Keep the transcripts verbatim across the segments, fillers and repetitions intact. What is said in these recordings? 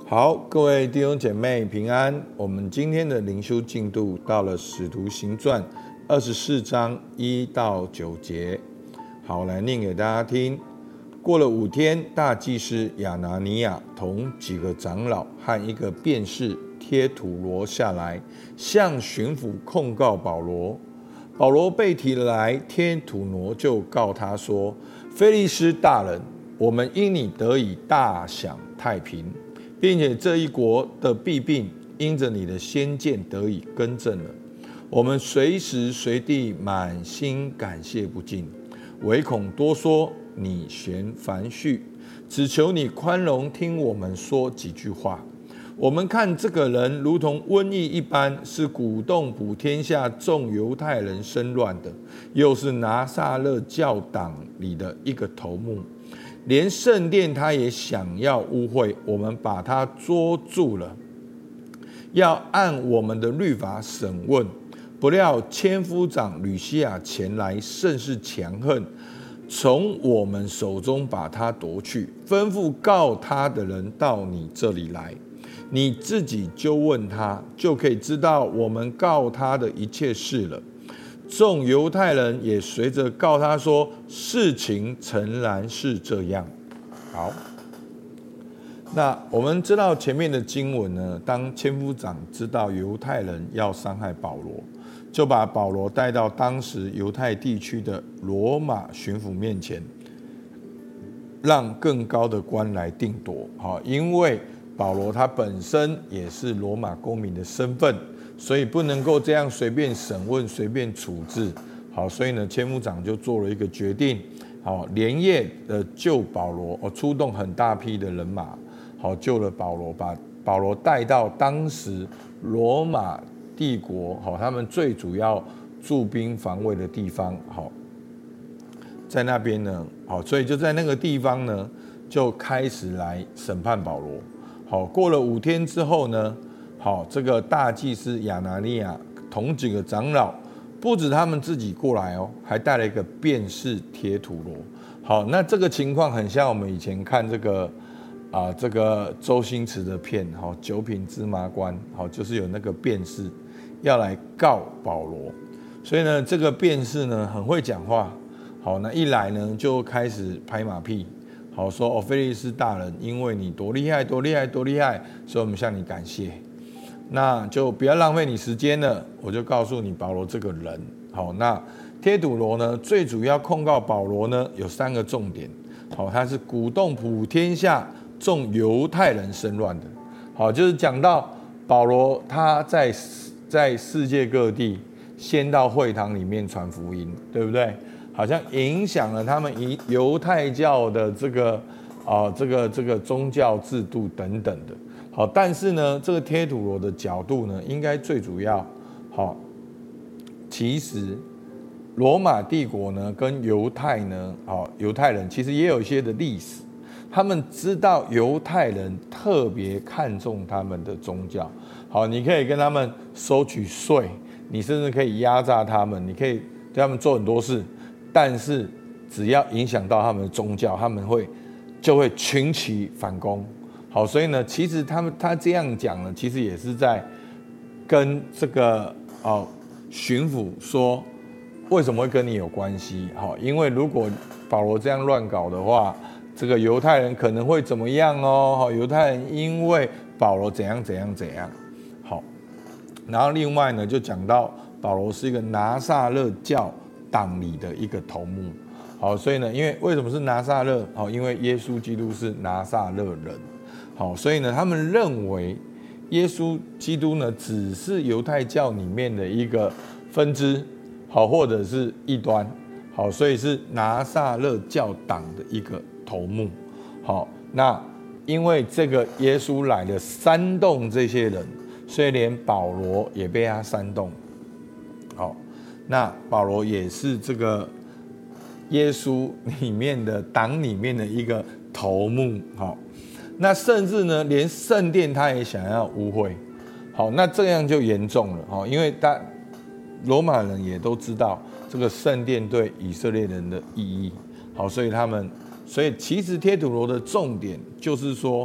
好，各位弟兄姐妹平安。我们今天的灵修进度到了《使徒行传》二十四章一到九节。好，来念给大家听。过了五天，大祭司亚拿尼亚同几个长老和一个辩士贴土罗下来，向巡抚控告保罗。保罗被提来，贴土罗就告他说：“非利士大人，我们因你得以大享太平，并且这一国的弊病因着你的先见得以更正了。我们随时随地满心感谢不尽，唯恐多说，你嫌繁絮，只求你宽容听我们说几句话。我们看这个人如同瘟疫一般，是鼓动普天下众犹太人生乱的，又是拿撒勒教党里的一个头目，连圣殿他也想要污秽，我们把他捉住了，要按我们的律法审问。不料千夫长吕西亚前来，甚是强横，从我们手中把他夺去，吩咐告他的人到你这里来，你自己就问他，就可以知道我们告他的一切事了。众犹太人也随着告他说，事情诚然是这样。好，那我们知道前面的经文呢，当千夫长知道犹太人要伤害保罗，就把保罗带到当时犹太地区的罗马巡抚面前，让更高的官来定夺。好，因为保罗他本身也是罗马公民的身份，所以不能够这样随便审问、随便处置。好，所以呢，千夫长就做了一个决定，好，连夜的救保罗，哦，出动很大批的人马，好，救了保罗，把保罗带到当时罗马帝国，好，他们最主要驻兵防卫的地方，好，在那边呢，好，所以就在那个地方呢，就开始来审判保罗。好，过了五天之后呢，好，这个大祭司亚拿尼亚同几个长老，不止他们自己过来哦，还带了一个辩士贴土罗。好，那这个情况很像我们以前看这个啊、呃，这个周星驰的片，好，九品芝麻官，好，就是有那个辩士要来告保罗，所以呢，这个辩士呢很会讲话，好，那一来呢就开始拍马屁。好，说哦，非利士大人，因为你多厉害，多厉害，多厉害，所以我们向你感谢。那就不要浪费你时间了，我就告诉你保罗这个人。好，那贴土罗呢，最主要控告保罗呢有三个重点。好，他是鼓动普天下众犹太人生乱的。好，就是讲到保罗他在在世界各地先到会堂里面传福音，对不对？好像影响了他们犹太教的这个啊、呃、这个这个宗教制度等等的。好，但是呢，这个贴土罗的角度呢，应该最主要好，其实罗马帝国呢跟犹太呢，好，犹太人其实也有一些的历史，他们知道犹太人特别看重他们的宗教。好，你可以跟他们收取税，你甚至可以压榨他们，你可以对他们做很多事。但是只要影响到他们的宗教，他们会就会群起反攻。好，所以呢，其实他们他这样讲呢，其实也是在跟这个哦巡抚说，为什么会跟你有关系？好，因为如果保罗这样乱搞的话，这个犹太人可能会怎么样哦？好，犹太人因为保罗怎样怎样怎样。好，然后另外呢，就讲到保罗是一个拿撒勒教党里的一个头目。好，所以呢，因为为什么是拿撒勒？好，因为耶稣基督是拿撒勒人。好，所以呢，他们认为耶稣基督呢，只是犹太教里面的一个分支，好，或者是异端。好，所以是拿撒勒教党的一个头目。好，那因为这个耶稣来了煽动这些人，所以连保罗也被他煽动。好，那保罗也是这个耶稣里面的党里面的一个头目。好，那甚至呢，连圣殿他也想要污秽。好，那这样就严重了。好，因为大罗马人也都知道这个圣殿对以色列人的意义。好，所以他们，所以其实贴土罗的重点就是说，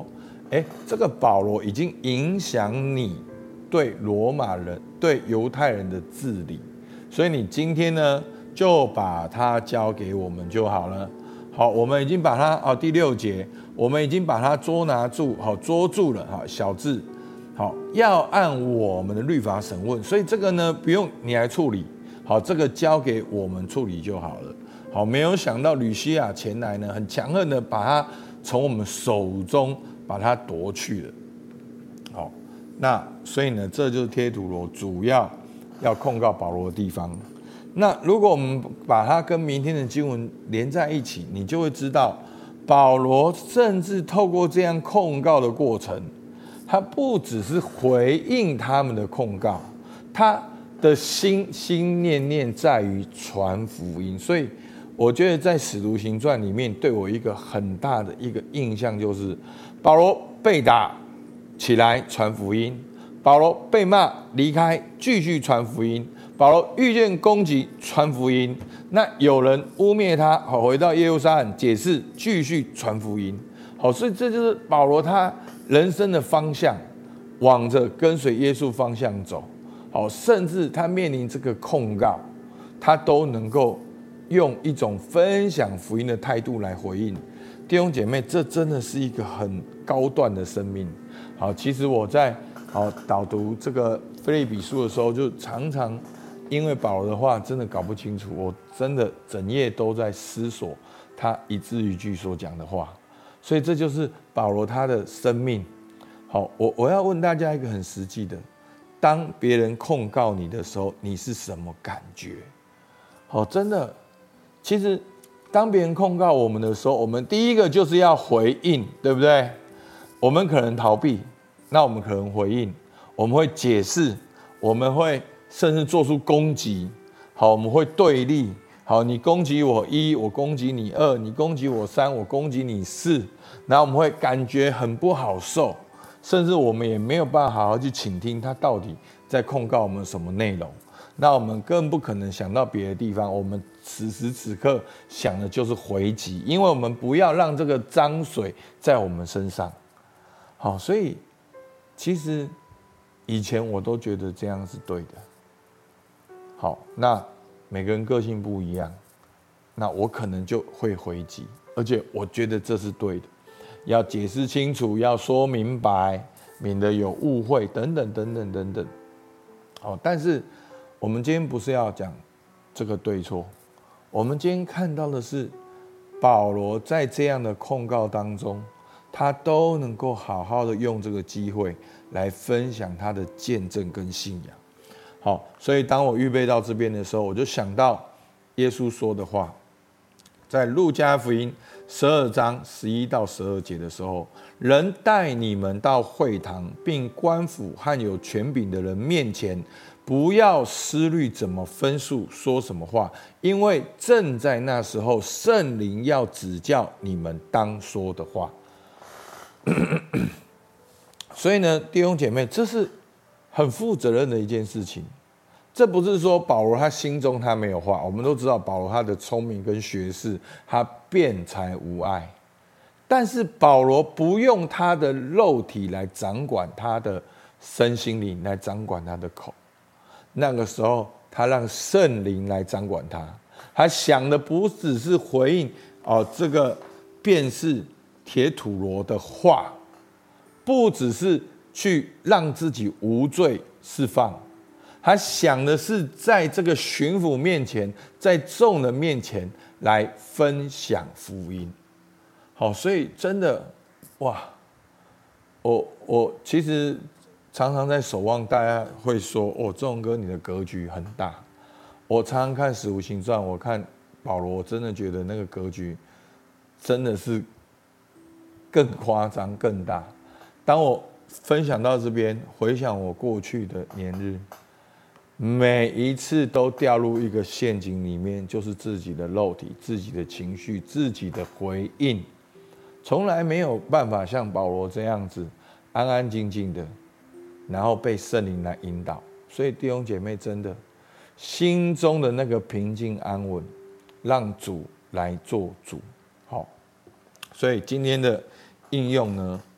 哎，这个保罗已经影响你对罗马人、对犹太人的治理，所以你今天呢，就把它交给我们就好了。好，我们已经把它哦，第六节，我们已经把它捉拿住，好捉住了，好小字，好要按我们的律法审问，所以这个呢，不用你来处理，好，这个交给我们处理就好了。好，没有想到吕西亚前来呢，很强横的把它从我们手中把它夺去了。好，那所以呢，这就是贴图罗主要要控告保罗的地方。那如果我们把它跟明天的经文连在一起，你就会知道，保罗甚至透过这样控告的过程，他不只是回应他们的控告，他的心心念念在于传福音。所以我觉得在使徒行传里面，对我一个很大的一个印象就是，保罗被打起来传福音，保罗被骂离开继续传福音，保罗遇见攻击传福音，那有人污蔑他，好回到耶路撒冷解释继续传福音。好，所以这就是保罗他人生的方向，往着跟随耶稣方向走。好，甚至他面临这个控告，他都能够用一种分享福音的态度来回应。弟兄姐妹，这真的是一个很高段的生命。好，其实我在好导读这个腓立比书的时候，就常常因为保罗的话真的搞不清楚，我真的整夜都在思索他一字一句所讲的话。所以这就是保罗他的生命。好，我我要问大家一个很实际的，当别人控告你的时候，你是什么感觉？好，真的，其实当别人控告我们的时候，我们第一个就是要回应，对不对？我们可能逃避，那我们可能回应，我们会解释，我们会甚至做出攻击。好，我们会对立。好，你攻击我一，我攻击你二，你攻击我三，我攻击你四，然后我们会感觉很不好受，甚至我们也没有办法好好去倾听他到底在控告我们什么内容。那我们更不可能想到别的地方，我们此时此刻想的就是回击，因为我们不要让这个脏水在我们身上。好，所以其实以前我都觉得这样是对的。好，那每个人个性不一样，那我可能就会回击，而且我觉得这是对的，要解释清楚，要说明白，免得有误会等等等等等等。好，但是我们今天不是要讲这个对错，我们今天看到的是保罗在这样的控告当中，他都能够好好的用这个机会来分享他的见证跟信仰。好，所以当我预备到这边的时候，我就想到耶稣说的话，在路加福音十二章十一到十二节的时候，人带你们到会堂，并官府和有权柄的人面前，不要思虑怎么分述说什么话，因为正在那时候，圣灵要指教你们当说的话。所以呢，弟兄姐妹，这是很负责任的一件事情。这不是说保罗他心中他没有话，我们都知道保罗他的聪明跟学识，他辩才无碍。但是保罗不用他的肉体来掌管他的身心灵，来掌管他的口。那个时候，他让圣灵来掌管他。他想的不只是回应哦，这个便是铁土罗的话，不只是去让自己无罪释放。他想的是在这个巡抚面前，在众人面前来分享福音。好，所以真的，哇，我我其实常常在守望，大家会说，哦，仲哥你的格局很大。我常常看《使徒行传》，我看保罗，我真的觉得那个格局真的是更夸张、更大。当我分享到这边，回想我过去的年日，每一次都掉入一个陷阱里面，就是自己的肉体、自己的情绪、自己的回应，从来没有办法像保罗这样子安安静静的，然后被圣灵来引导。所以弟兄姐妹，真的心中的那个平静安稳，让主来做主。好，所以今天的应用呢，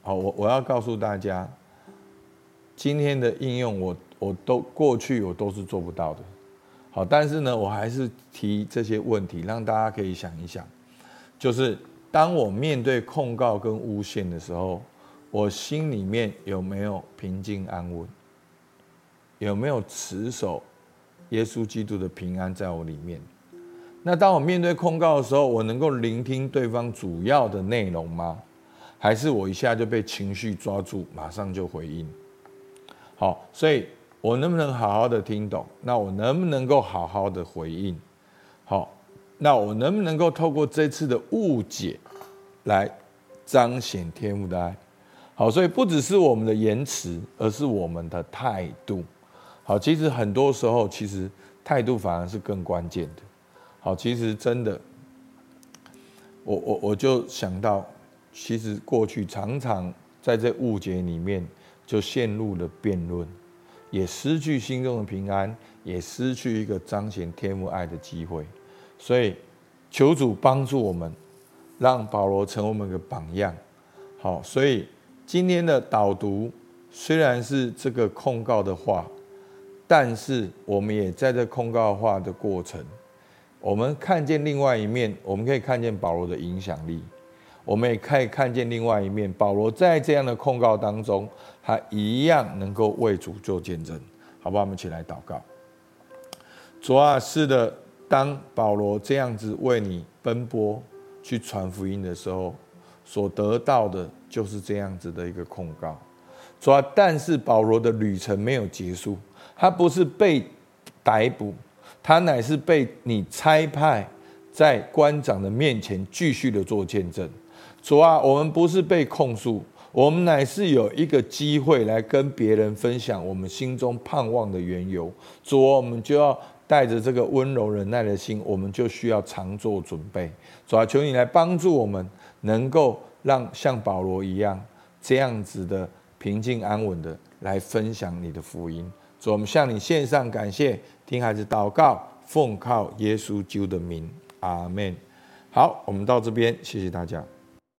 好，我我要告诉大家，今天的应用我我都过去我都是做不到的。好，但是呢，我还是提这些问题，让大家可以想一想，就是当我面对控告跟诬陷的时候，我心里面有没有平静安稳？有没有持守耶稣基督的平安在我里面？那当我面对控告的时候，我能够聆听对方主要的内容吗？还是我一下就被情绪抓住，马上就回应？好，所以我能不能好好的听懂？那我能不能够好好的回应？好，那我能不能够透过这次的误解来彰显天父的爱？好，所以不只是我们的言辞，而是我们的态度。好，其实很多时候，其实态度反而是更关键的。好，其实真的，我我我就想到，其实过去常常在这误解里面，就陷入了辩论，也失去心中的平安，也失去一个彰显天父爱的机会。所以，求主帮助我们，让保罗成为我们的榜样。好，所以今天的导读虽然是这个控告的话，但是我们也在这控告话的过程，我们看见另外一面，我们可以看见保罗的影响力，我们也可以看见另外一面，保罗在这样的控告当中，他一样能够为主做见证，好不好？我们一起来祷告。主啊，是的，当保罗这样子为你奔波去传福音的时候，所得到的就是这样子的一个控告。主啊，但是保罗的旅程没有结束，他不是被逮捕，他乃是被你差派在官长的面前继续的做见证。主啊，我们不是被控诉，我们乃是有一个机会来跟别人分享我们心中盼望的缘由。主啊，我们就要带着这个温柔忍耐的心，我们就需要常做准备。主啊，求你来帮助我们，能够让像保罗一样这样子的平静安稳的来分享你的福音。主，我们向你献上感谢，听孩子祷告，奉靠耶稣基督的名，阿们。好，我们到这边，谢谢大家。